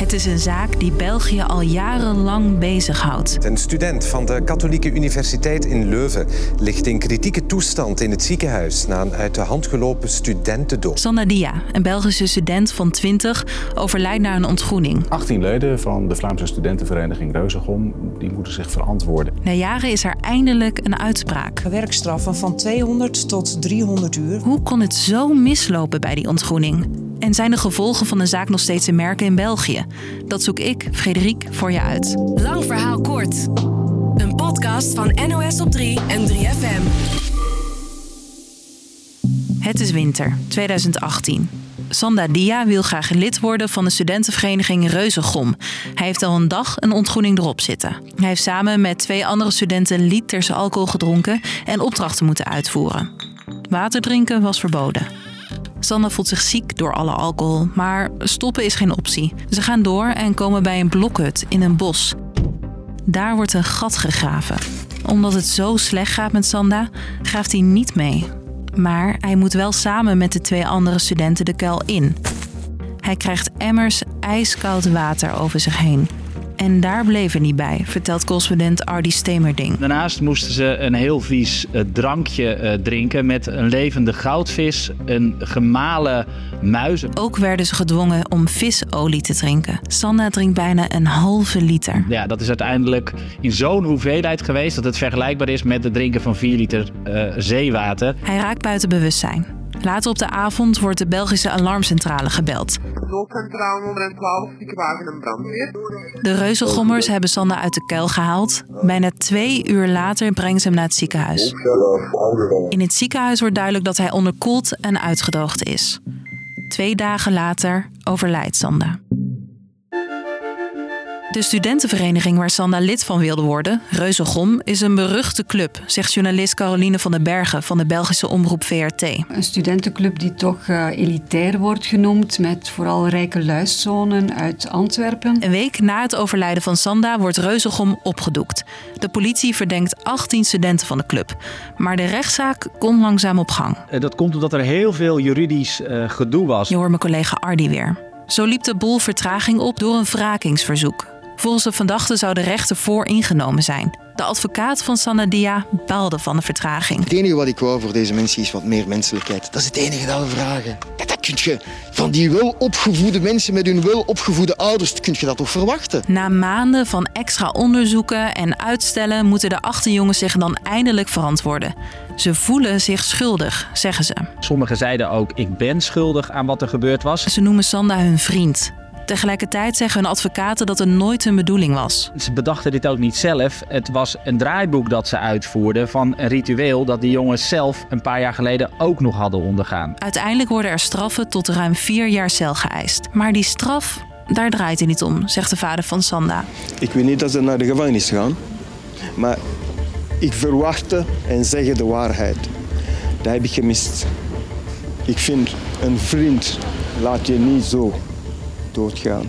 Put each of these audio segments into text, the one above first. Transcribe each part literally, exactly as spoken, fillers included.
Het is een zaak die België al jarenlang bezighoudt. Een student van de Katholieke Universiteit in Leuven ligt in kritieke toestand in het ziekenhuis na een uit de hand gelopen studentendood. Sanda Dia, een Belgische student van twintig, overlijdt na een ontgroening. achttien leden van de Vlaamse studentenvereniging Reuzegom die moeten zich verantwoorden. Na jaren is er eindelijk een uitspraak. Werkstraffen van tweehonderd tot driehonderd uur. Hoe kon het zo mislopen bij die ontgroening? En zijn de gevolgen van de zaak nog steeds te merken in België? Dat zoek ik, Frederik, voor je uit. Lang verhaal kort. Een podcast van N O S op drie en drie F M. Het is winter, tweeduizend achttien. Sanda Dia wil graag lid worden van de studentenvereniging Reuzegom. Hij heeft al een dag een ontgroening erop zitten. Hij heeft samen met twee andere studenten liters alcohol gedronken en opdrachten moeten uitvoeren. Water drinken was verboden. Sanda voelt zich ziek door alle alcohol, maar stoppen is geen optie. Ze gaan door en komen bij een blokhut in een bos. Daar wordt een gat gegraven. Omdat het zo slecht gaat met Sanda, graaft hij niet mee. Maar hij moet wel samen met de twee andere studenten de kuil in. Hij krijgt emmers ijskoud water over zich heen. En daar bleef het niet bij, vertelt correspondent Ardy Stemerding. Daarnaast moesten ze een heel vies uh, drankje uh, drinken met een levende goudvis, een gemalen muis. Ook werden ze gedwongen om visolie te drinken. Sanda drinkt bijna een halve liter. Ja, dat is uiteindelijk in zo'n hoeveelheid geweest dat het vergelijkbaar is met het drinken van vier liter uh, zeewater. Hij raakt buiten bewustzijn. Later op de avond wordt de Belgische alarmcentrale gebeld. Noodcentraal honderdtwaalf, ziekenwagen en brandweer. De Reuzegommers hebben Sanda uit de kuil gehaald. Bijna twee uur later brengen ze hem naar het ziekenhuis. In het ziekenhuis wordt duidelijk dat hij onderkoeld en uitgedroogd is. Twee dagen later overlijdt Sanda. De studentenvereniging waar Sanda lid van wilde worden, Reuzegom, is een beruchte club, zegt journalist Caroline van den Bergen van de Belgische omroep V R T. Een studentenclub die toch uh, elitair wordt genoemd, met vooral rijke luiszonen uit Antwerpen. Een week na het overlijden van Sanda wordt Reuzegom opgedoekt. De politie verdenkt achttien studenten van de club. Maar de rechtszaak komt langzaam op gang. Dat komt omdat er heel veel juridisch uh, gedoe was. Je hoort mijn collega Ardy weer. Zo liep de boel vertraging op door een wrakingsverzoek. Volgens de verdachte zou de rechter vooringenomen zijn. De advocaat van Sanda Dia baalde van de vertraging. Het enige wat ik wou voor deze mensen is wat meer menselijkheid. Dat is het enige dat we vragen. Dat, dat kun je van die welopgevoede mensen met hun welopgevoede ouders, kun je dat toch verwachten? Na maanden van extra onderzoeken en uitstellen moeten de achttien jongens zich dan eindelijk verantwoorden. Ze voelen zich schuldig, zeggen ze. Sommigen zeiden ook, ik ben schuldig aan wat er gebeurd was. Ze noemen Sanda hun vriend. Tegelijkertijd zeggen hun advocaten dat het nooit hun bedoeling was. Ze bedachten dit ook niet zelf. Het was een draaiboek dat ze uitvoerden van een ritueel dat die jongens zelf een paar jaar geleden ook nog hadden ondergaan. Uiteindelijk worden er straffen tot ruim vier jaar cel geëist. Maar die straf, daar draait het niet om, zegt de vader van Sanda. Ik weet niet dat ze naar de gevangenis gaan, maar ik verwachtte en zeg de waarheid. Dat heb ik gemist. Ik vind, een vriend laat je niet zo doodgaan.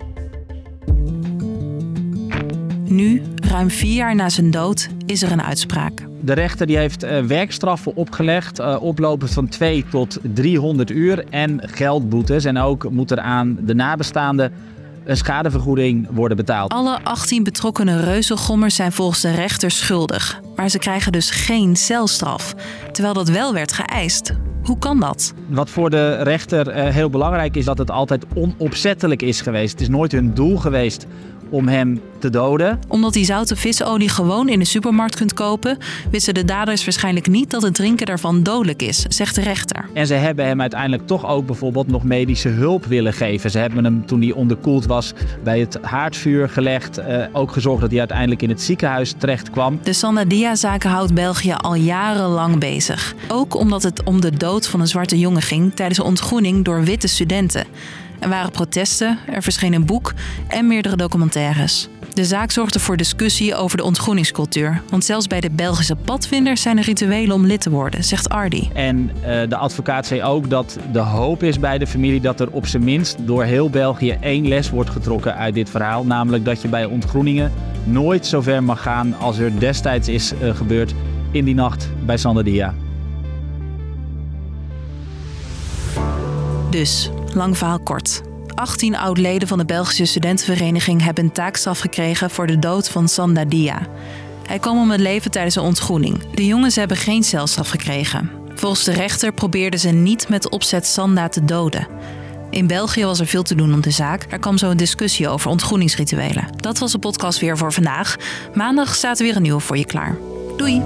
Nu, ruim vier jaar na zijn dood, is er een uitspraak. De rechter die heeft uh, werkstraffen opgelegd, uh, oplopend van twee tot driehonderd uur en geldboetes. En ook moet er aan de nabestaanden een schadevergoeding worden betaald. Alle achttien betrokkenen Reuzegommers zijn volgens de rechter schuldig. Maar ze krijgen dus geen celstraf, terwijl dat wel werd geëist. Hoe kan dat? Wat voor de rechter uh, heel belangrijk is, dat het altijd onopzettelijk is geweest. Het is nooit hun doel geweest om hem te doden. Omdat die zoute visolie gewoon in de supermarkt kunt kopen, wisten de daders waarschijnlijk niet dat het drinken daarvan dodelijk is, zegt de rechter. En ze hebben hem uiteindelijk toch ook bijvoorbeeld nog medische hulp willen geven. Ze hebben hem, toen hij onderkoeld was, bij het haardvuur gelegd. Uh, ook gezorgd dat hij uiteindelijk in het ziekenhuis terecht kwam. De Sanda Dia-zaak houdt België al jarenlang bezig. Ook omdat het om de dood van een zwarte jongen ging tijdens een ontgroening door witte studenten. Er waren protesten, er verscheen een boek en meerdere documentaires. De zaak zorgde voor discussie over de ontgroeningscultuur. Want zelfs bij de Belgische padvinders zijn er rituelen om lid te worden, zegt Ardy. En uh, de advocaat zei ook dat de hoop is bij de familie dat er op zijn minst door heel België één les wordt getrokken uit dit verhaal. Namelijk dat je bij ontgroeningen nooit zo ver mag gaan als er destijds is uh, gebeurd in die nacht bij Sanda Dia. Dus, lang verhaal kort. achttien oud-leden van de Belgische studentenvereniging hebben een taakstraf gekregen voor de dood van Sanda Dia. Hij kwam om het leven tijdens een ontgroening. De jongens hebben geen celstraf gekregen. Volgens de rechter probeerden ze niet met opzet Sanda te doden. In België was er veel te doen om de zaak. Er kwam zo een discussie over ontgroeningsrituelen. Dat was de podcast weer voor vandaag. Maandag staat er weer een nieuwe voor je klaar. Doei!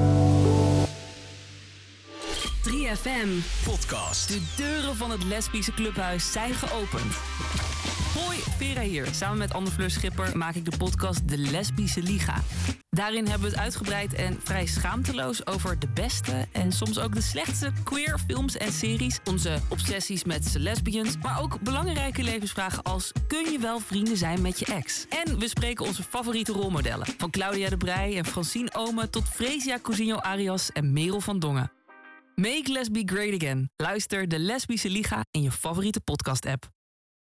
drie F M Podcast. De deuren van het lesbische clubhuis zijn geopend. Hoi, Vera hier. Samen met Anne Fleur Schipper maak ik de podcast De Lesbische Liga. Daarin hebben we het uitgebreid en vrij schaamteloos over de beste en soms ook de slechtste queer films en series. Onze obsessies met lesbians, maar ook belangrijke levensvragen als: kun je wel vrienden zijn met je ex? En we spreken onze favoriete rolmodellen. Van Claudia de Breij en Francine Omen tot Fresia Cousinho Arias en Merel van Dongen. Make lesbi great again. Luister De Lesbische Liga in je favoriete podcast-app.